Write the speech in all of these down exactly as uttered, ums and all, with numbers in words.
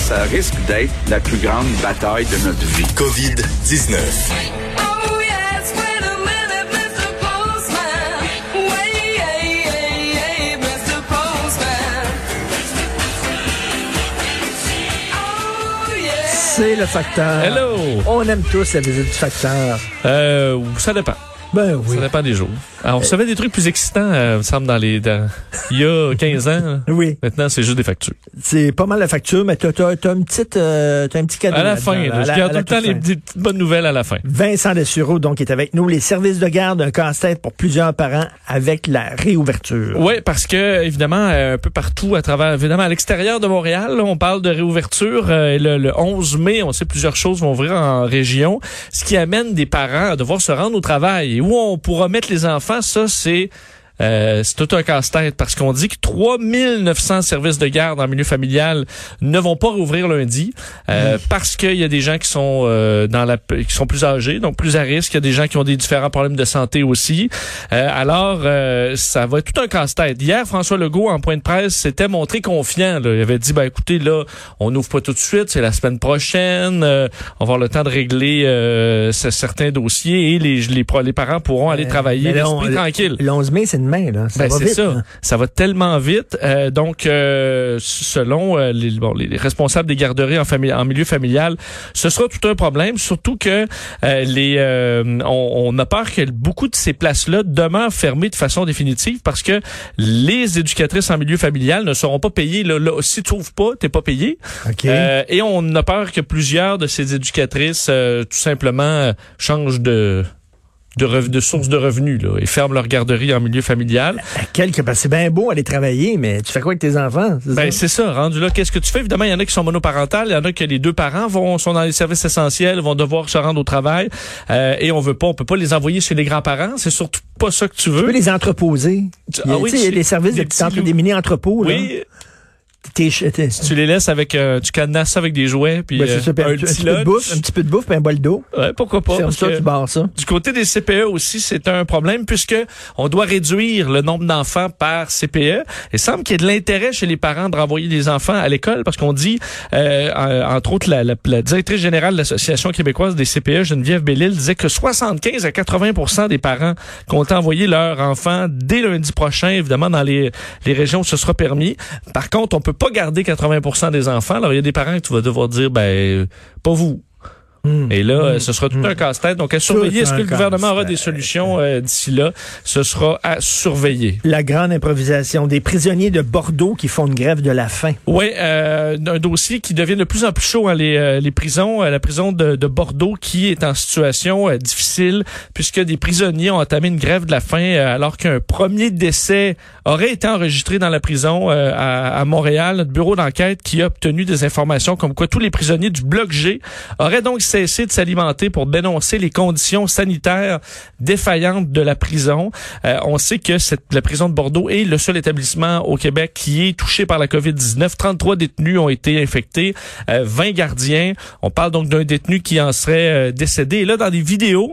ça risque d'être la plus grande bataille de notre vie. covid dix-neuf. C'est le facteur. Hello! On aime tous la visite du facteur. Euh, ça dépend. Ben oui. Ça dépend des jours. Alors, on recevait des trucs plus excitants, euh, me semble, dans les, dans, il y a quinze ans. Là. Oui. Maintenant, c'est juste des factures. C'est pas mal la facture, mais t'as, t'as, t'as une petite, euh, t'as un petit cadeau. À la fin, là, je garde tout le temps les fin. petites bonnes nouvelles à la fin. Vincent Dessureau, donc, est avec nous. Les services de garde, un casse-tête pour plusieurs parents avec la réouverture. Oui, parce que, évidemment, euh, un peu partout à travers, évidemment, à l'extérieur de Montréal, là, on parle de réouverture. Euh, le, le onze mai, on sait plusieurs choses vont ouvrir en région, ce qui amène des parents à devoir se rendre au travail. Et où on pourra mettre les enfants, ça, c'est... Euh, c'est tout un casse-tête parce qu'on dit que trois mille neuf cents services de garde en milieu familial ne vont pas rouvrir lundi euh, mmh. parce qu'il y a des gens qui sont euh, dans la qui sont plus âgés, donc plus à risque. Il y a des gens qui ont des différents problèmes de santé aussi. Euh, alors, euh, ça va être tout un casse-tête. Hier, François Legault, en point de presse, s'était montré confiant. Là. Il avait dit, ben écoutez, là, on n'ouvre pas tout de suite, c'est la semaine prochaine. Euh, on va avoir le temps de régler euh, certains dossiers et les, les, les parents pourront aller euh, travailler l'esprit tranquille. Le onze mai, c'est demain, là. Ça ben, va c'est vite, ça. Hein. Ça va tellement vite. Euh, donc, euh, selon euh, les, bon, les responsables des garderies en, famille, en milieu familial, ce sera tout un problème. Surtout que euh, les, euh, on, on a peur que beaucoup de ces places-là demeurent fermées de façon définitive parce que les éducatrices en milieu familial ne seront pas payées. Là, là, si tu ouvres pas, t'es pas payé. Okay. Euh, et on a peur que plusieurs de ces éducatrices, euh, tout simplement, euh, changent de De, rev- de sources de revenus là, et ferment leur garderie en milieu familial. Quelque, parce que c'est bien beau aller travailler, mais tu fais quoi avec tes enfants? C'est ben ça? c'est ça, rendu là, qu'est-ce que tu fais? Évidemment, il y en a qui sont monoparentales, il y en a que les deux parents vont sont dans les services essentiels, vont devoir se rendre au travail, euh, et on veut pas, on peut pas les envoyer chez les grands-parents, c'est surtout pas ça que tu veux. Tu peux les entreposer. Tu, il y a, ah oui, il y a les services des, de petits entre, des mini-entrepôts. Oui. Là. T'es, t'es, tu les laisses avec, euh, tu cadenasses ça avec des jouets, puis ben, euh, ça, un, un, petit peu de bouffe, un petit peu de bouffe, puis un bol d'eau. Ouais, pourquoi pas. Ferme ça, tu barres ça. Du côté des C P E aussi, c'est un problème puisque on doit réduire le nombre d'enfants par C P E. Il semble qu'il y ait de l'intérêt chez les parents de renvoyer des enfants à l'école parce qu'on dit, euh, entre autres, la, la, la directrice générale de l'Association québécoise des C P E, Geneviève Bellil, disait que soixante-quinze à quatre-vingts pour cent des parents comptent envoyer leurs enfants dès lundi prochain, évidemment, dans les, les régions où ce sera permis. Par contre, on peut pas garder quatre-vingts pour cent des enfants. Alors, il y a des parents que tu vas devoir dire, ben, pas vous. Mmh, et là, mmh, ce sera tout mmh. un casse-tête. Donc, à surveiller. Est-ce que le gouvernement aura des solutions euh, d'ici là? Ce sera à surveiller. La grande improvisation des prisonniers de Bordeaux qui font une grève de la faim. Oui, euh, un dossier qui devient de plus en plus chaud. Hein, les, euh, les prisons, euh, la prison de, de Bordeaux qui est en situation euh, difficile puisque des prisonniers ont entamé une grève de la faim euh, alors qu'un premier décès aurait été enregistré dans la prison euh, à, à Montréal. Notre bureau d'enquête qui a obtenu des informations comme quoi tous les prisonniers du bloc G auraient donc cessé de s'alimenter pour dénoncer les conditions sanitaires défaillantes de la prison. Euh, on sait que cette, la prison de Bordeaux est le seul établissement au Québec qui est touché par la covid dix-neuf. trente-trois détenus ont été infectés, euh, vingt gardiens. On parle donc d'un détenu qui en serait euh, décédé. Et là, dans des vidéos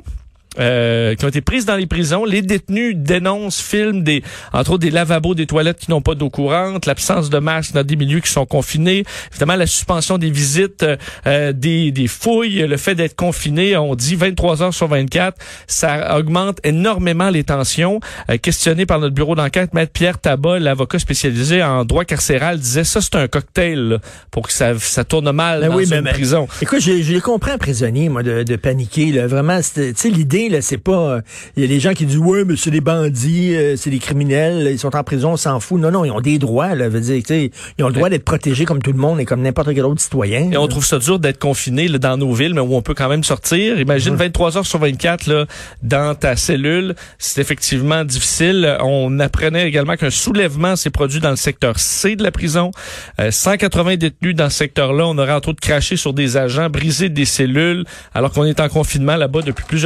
Euh, qui ont été prises dans les prisons. Les détenus dénoncent, filment des, entre autres des lavabos, des toilettes qui n'ont pas d'eau courante, l'absence de masques dans des milieux qui sont confinés, évidemment la suspension des visites, euh, des, des fouilles, le fait d'être confiné, on dit vingt-trois heures sur vingt-quatre, ça augmente énormément les tensions. Euh, questionné par notre bureau d'enquête, Maître Pierre Tabat, l'avocat spécialisé en droit carcéral, disait ça c'est un cocktail là, pour que ça, ça tourne mal ben dans oui, une mais, prison. Écoute, je, je les comprends prisonniers, moi, de, de paniquer. Là. Vraiment, tu sais, l'idée là, c'est pas... Il euh, y a des gens qui disent, ouais, mais c'est des bandits, euh, c'est des criminels, ils sont en prison, on s'en fout. Non, non, ils ont des droits, là. Veut dire, tu sais, ils ont le droit d'être protégés comme tout le monde et comme n'importe quel autre citoyen. Et là. On trouve ça dur d'être confiné là, dans nos villes, mais où on peut quand même sortir. Imagine mmh. vingt-trois heures sur vingt-quatre là, dans ta cellule. C'est effectivement difficile. On apprenait également qu'un soulèvement s'est produit dans le secteur C de la prison. Euh, cent quatre-vingts détenus dans ce secteur-là. On aurait entre autres craché sur des agents, brisé des cellules, alors qu'on est en confinement là-bas depuis plusieurs jours.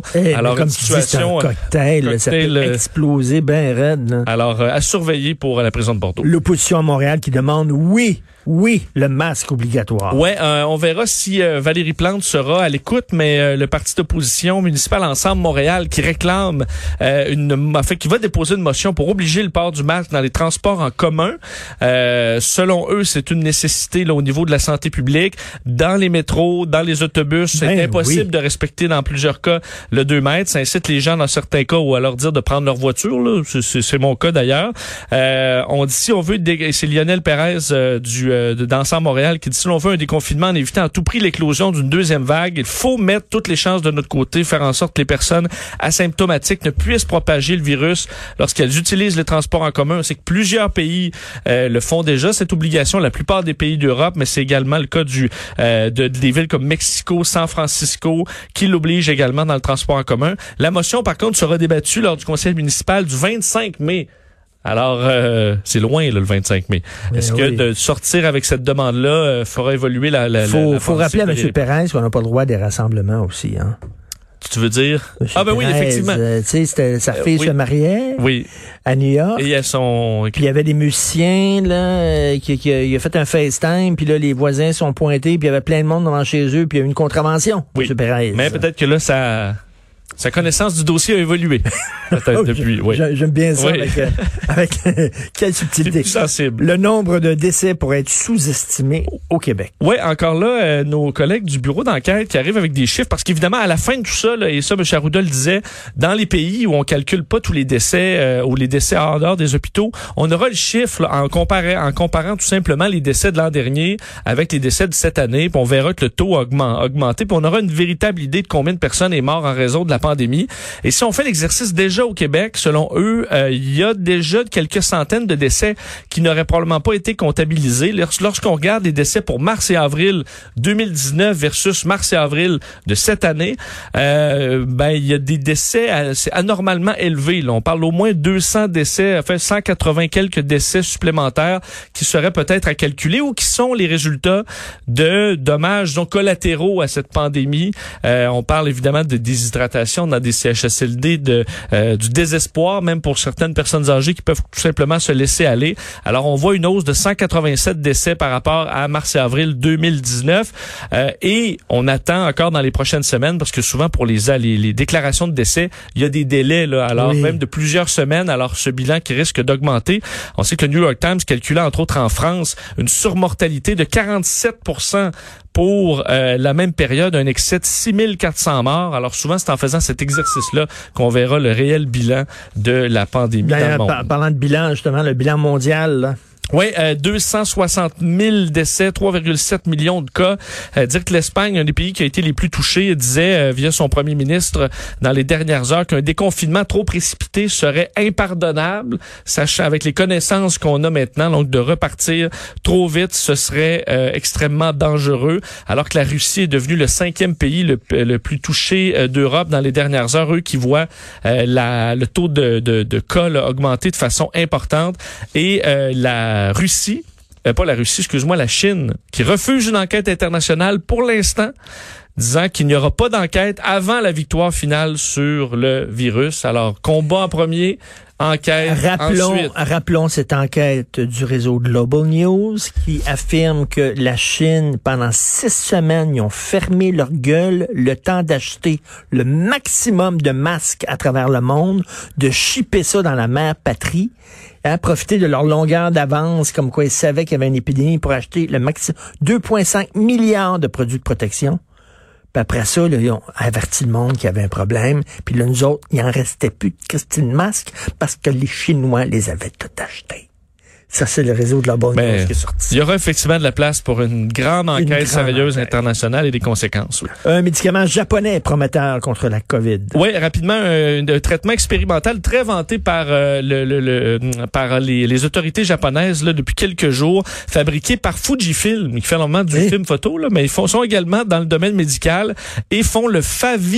Eh, alors, comme une tu dis, c'est un situation, cocktail, euh, là, ça peut cocktail, euh, exploser bien raide. Là. Alors, euh, à surveiller pour la prison de Bordeaux. L'opposition à Montréal qui demande, oui, oui, le masque obligatoire. Ouais, euh, on verra si euh, Valérie Plante sera à l'écoute, mais euh, le parti d'opposition municipal Ensemble Montréal qui réclame euh, une, en fait, qui va déposer une motion pour obliger le port du masque dans les transports en commun. Euh, selon eux, c'est une nécessité là, au niveau de la santé publique, dans les métros, dans les autobus, c'est Ben, impossible oui. de respecter dans plusieurs cas le deux mètres. Ça incite les gens dans certains cas ou à leur dire de prendre leur voiture. Là. C'est, c'est, c'est mon cas d'ailleurs. Euh, on dit si on veut, dé- c'est Lionel Pérez euh, du euh, d'Ensemble Montréal qui dit si l'on veut un déconfinement en évitant à tout prix l'éclosion d'une deuxième vague, il faut mettre toutes les chances de notre côté, faire en sorte que les personnes asymptomatiques ne puissent propager le virus lorsqu'elles utilisent les transports en commun. C'est que plusieurs pays euh, le font déjà, cette obligation, la plupart des pays d'Europe, mais c'est également le cas du euh, de, des villes comme Mexico, San Francisco, qui l'obligent également dans le transport en commun. La motion, par contre, sera débattue lors du conseil municipal du vingt-cinq mai. Alors, euh, c'est loin, là, le vingt-cinq mai. Mais Est-ce oui. que de sortir avec cette demande-là euh, fera évoluer la... la faut, la, la faut pensée rappeler à Valérie? M. Pérez qu'on n'a pas le droit des rassemblements aussi. Hein. Tu veux dire? Monsieur Ah ben oui, Pérez, effectivement. euh, tu sais, c'était- sa Euh, fille oui. se mariait Oui. à New York. Et il y a son... Puis il y avait des musiciens là euh, qui, qui a, il a fait un FaceTime, puis là les voisins sont pointés, puis il y avait plein de monde devant chez eux, puis il y a eu une contravention. Oui. M. Pérez. Mais peut-être que là, ça... Sa connaissance du dossier a évolué. Peut-être Oh, depuis, oui. J'aime j'aime bien ça Oui. avec, euh, avec euh, quelle C'est subtilité. plus sensible. Le nombre de décès pourrait être sous-estimé au Québec. Oui, encore là, euh, nos collègues du bureau d'enquête qui arrivent avec des chiffres, parce qu'évidemment, à la fin de tout ça, là, et ça, M. Arruda le disait, dans les pays où on calcule pas tous les décès, euh, ou les décès en dehors des hôpitaux, on aura le chiffre là, en, comparant, en comparant tout simplement les décès de l'an dernier avec les décès de cette année, puis on verra que le taux a augment- augmenté, puis on aura une véritable idée de combien de personnes est mort en raison de la pandémie. Et si on fait l'exercice déjà au Québec, selon eux, euh, il y a déjà quelques centaines de décès qui n'auraient probablement pas été comptabilisés. Lors- Lorsqu'on regarde les décès pour mars et avril deux mille dix-neuf versus mars et avril de cette année, euh, ben il y a des décès à- c'est anormalement élevés. Là. On parle au moins deux cents décès, enfin cent quatre-vingts quelques décès supplémentaires qui seraient peut-être à calculer ou qui sont les résultats de dommages donc collatéraux à cette pandémie. Euh, on parle évidemment de déshydratation dans des C H S L D, de euh, du désespoir même pour certaines personnes âgées qui peuvent tout simplement se laisser aller. Alors on voit une hausse de cent quatre-vingt-sept décès par rapport à mars et avril deux mille dix-neuf euh, et on attend encore dans les prochaines semaines parce que souvent pour les les, les déclarations de décès, il y a des délais là, alors oui. même de plusieurs semaines, alors ce bilan qui risque d'augmenter. On sait que le New York Times calculait entre autres en France une surmortalité de quarante-sept pour cent pour euh, la même période, un excès de six mille quatre cents morts. Alors souvent, c'est en faisant cet exercice-là qu'on verra le réel bilan de la pandémie dans le D'ailleurs, monde. par- parlant de bilan, justement, le bilan mondial, là. Oui, euh, deux cent soixante mille décès, trois virgule sept millions de cas. Euh, dire que l'Espagne, un des pays qui a été les plus touchés, disait euh, via son premier ministre dans les dernières heures qu'un déconfinement trop précipité serait impardonnable, sachant avec les connaissances qu'on a maintenant, donc de repartir trop vite, ce serait euh, extrêmement dangereux. Alors que la Russie est devenue le cinquième pays le, le plus touché euh, d'Europe dans les dernières heures, eux qui voient euh, la, le taux de, de, de cas là, augmenter de façon importante et euh, la Russie, euh, pas la Russie, excuse-moi, la Chine, qui refuse une enquête internationale pour l'instant, disant qu'il n'y aura pas d'enquête avant la victoire finale sur le virus. Alors, combat en premier, enquête Rappelons, ensuite. rappelons cette enquête du réseau Global News qui affirme que la Chine, pendant six semaines, ils ont fermé leur gueule le temps d'acheter le maximum de masques à travers le monde, de shipper ça dans la mère patrie, hein, profiter de leur longueur d'avance, comme quoi ils savaient qu'il y avait une épidémie pour acheter le maximum, deux virgule cinq milliards de produits de protection. Puis après ça, là, ils ont averti le monde qu'il y avait un problème. Puis là, nous autres, il en restait plus de Christine Masque parce que les Chinois les avaient tout achetés. Ça, c'est le réseau de la bonne Mais news qui est sorti. il y aura effectivement de la place pour une grande enquête grande sérieuse enquête. internationale et des conséquences. Oui. Un médicament japonais prometteur contre la COVID. Oui, rapidement, un, un traitement expérimental très vanté par euh, le, le, le par les, les autorités japonaises là depuis quelques jours, fabriqué par Fujifilm, qui fait normalement du Oui. film photo là, mais ils font, sont également dans le domaine médical et font le Favi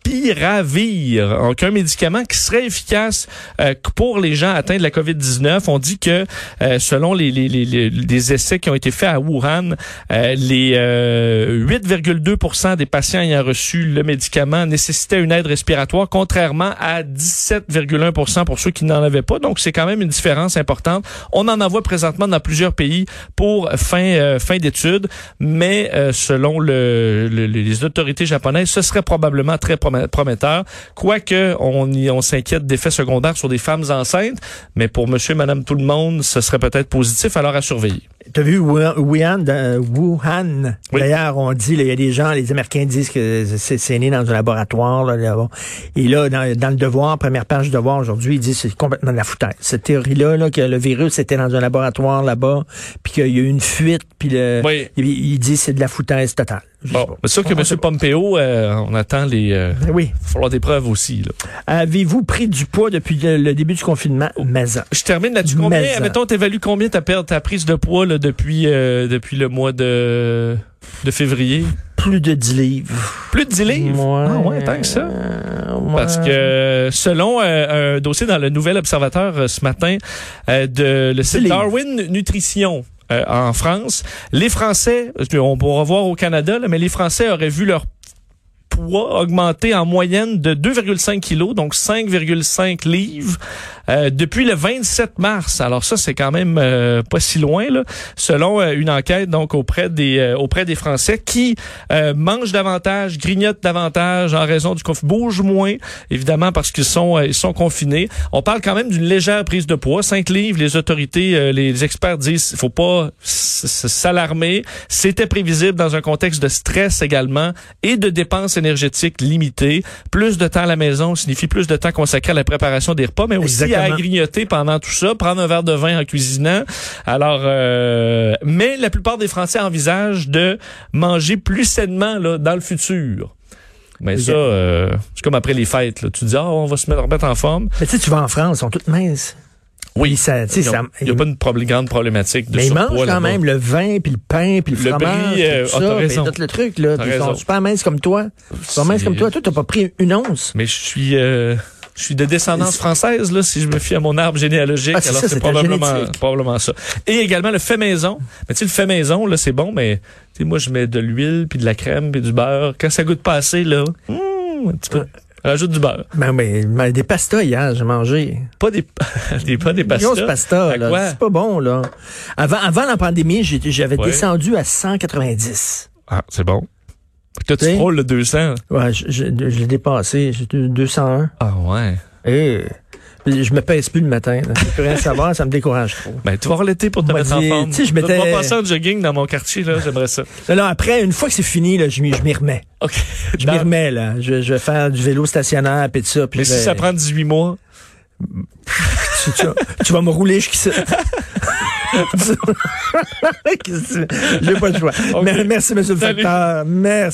Molnupiravir, donc un médicament qui serait efficace euh, pour les gens atteints de la covid dix-neuf. On dit que euh, selon les, les, les, les, les essais qui ont été faits à Wuhan, euh, les euh, huit virgule deux pour cent des patients ayant reçu le médicament nécessitaient une aide respiratoire, contrairement à dix-sept virgule un pour cent pour ceux qui n'en avaient pas. Donc c'est quand même une différence importante. On en envoie présentement dans plusieurs pays pour fin euh, fin d'études, mais euh, selon le, le, les autorités japonaises, ce serait probablement très prometteur, quoique on, y, on s'inquiète d'effets secondaires sur des femmes enceintes, mais pour monsieur et madame tout le monde, ce serait peut-être positif, alors à surveiller. T'as vu Wuhan, Wuhan oui. D'ailleurs, on dit, il y a des gens, les Américains disent que c'est, c'est né dans un laboratoire. Là, là, et là, dans, dans le Devoir, première page du Devoir aujourd'hui, ils disent que c'est complètement de la foutaise. Cette théorie-là, là, que le virus était dans un laboratoire là-bas, puis qu'il y a eu une fuite, puis le, oui. il, il dit que c'est de la foutaise totale. Bon, c'est sûr que M. Pompeo, euh, on attend les... Euh, ben oui. Il va falloir des preuves aussi. Là. Avez-vous pris du poids depuis le, le début du confinement? Maison. Je termine là-dessus. Combien, mettons, t'évalues combien ta perte, ta prise de poids là, depuis euh, depuis le mois de de février? Plus de dix livres. Plus de dix livres? Ouais. Ah ouais, tant que ça. Ouais. Parce que selon euh, un dossier dans le Nouvel Observateur euh, ce matin euh, de le site Darwin Nutrition, Euh, en France, les Français, on pourra voir au Canada, là, mais les Français auraient vu leur poids augmenter en moyenne de deux virgule cinq kilos, donc cinq virgule cinq livres, euh, depuis le vingt-sept mars. Alors ça, c'est quand même euh, pas si loin, là, selon euh, une enquête donc auprès des euh, auprès des Français qui euh, mangent davantage, grignotent davantage en raison du confinement, bougent moins, évidemment parce qu'ils sont euh, ils sont confinés. On parle quand même d'une légère prise de poids, cinq livres. Les autorités, euh, les experts disent, il faut pas s'alarmer. C'était prévisible dans un contexte de stress également et de dépenses énergétiques limitées. Plus de temps à la maison signifie plus de temps consacré à la préparation des repas, mais aussi Exactement. à grignoter pendant tout ça, prendre un verre de vin en cuisinant. Alors, euh, mais la plupart des Français envisagent de manger plus sainement là, dans le futur. Mais ça, euh, c'est comme après les fêtes. Là. Tu dis, ah, oh, on va se mettre, remettre en forme. Mais tu sais, tu vas en France, ils sont toutes minces. Oui, ça, il n'y a pas une problé- grande problématique de mais surpoids. Mais ils mangent quand là-bas. même le vin, puis le pain, puis le, le fromage, brie, euh, tout oh, ça, t'as raison. tout le truc, là. T'as Ils raison. sont super minces comme toi. Ils sont minces comme toi. Toi, t'as pas pris une once. Mais je suis... Euh... Je suis de descendance française, là, si je me fie à mon arbre généalogique. Ah, c'est alors, ça, c'est, c'est probablement, probablement ça. Et également le fait maison. Mais tu sais, le fait maison, là, c'est bon, mais, tu sais, moi, je mets de l'huile, puis de la crème, puis du beurre. Quand ça goûte pas assez, là, mmh, un petit peu. Rajoute du beurre. Ben, mais, mais des pastas hier, j'ai mangé. Pas des, des pas des pastas. Grosse pasta, là. Quoi? C'est pas bon, là. Avant, avant la pandémie, j'ai, j'avais ouais. descendu à cent quatre-vingt-dix. Ah, c'est bon. Toi, tu frôles le deux cents. Ouais, je, je, je l'ai dépassé. J'ai deux cent un. Ah, ouais. Et je me pèse plus le matin. Je peux rien savoir, ça me décourage trop. Ben, tu vas avoir l'été pour te mettre dit, en forme. Tu sais, je m'étais... Je vais passer en jogging dans mon quartier, là. J'aimerais ça. Non, non, après, une fois que c'est fini, là, je m'y, je m'y remets. OK. Je m'y remets, là. Je, je vais faire du vélo stationnaire, pis tout ça. Pis mais je vais... si ça prend dix-huit mois? tu, tu, tu vas me rouler jusqu'ici. J'ai pas le choix. Okay. Merci, monsieur le facteur. Merci.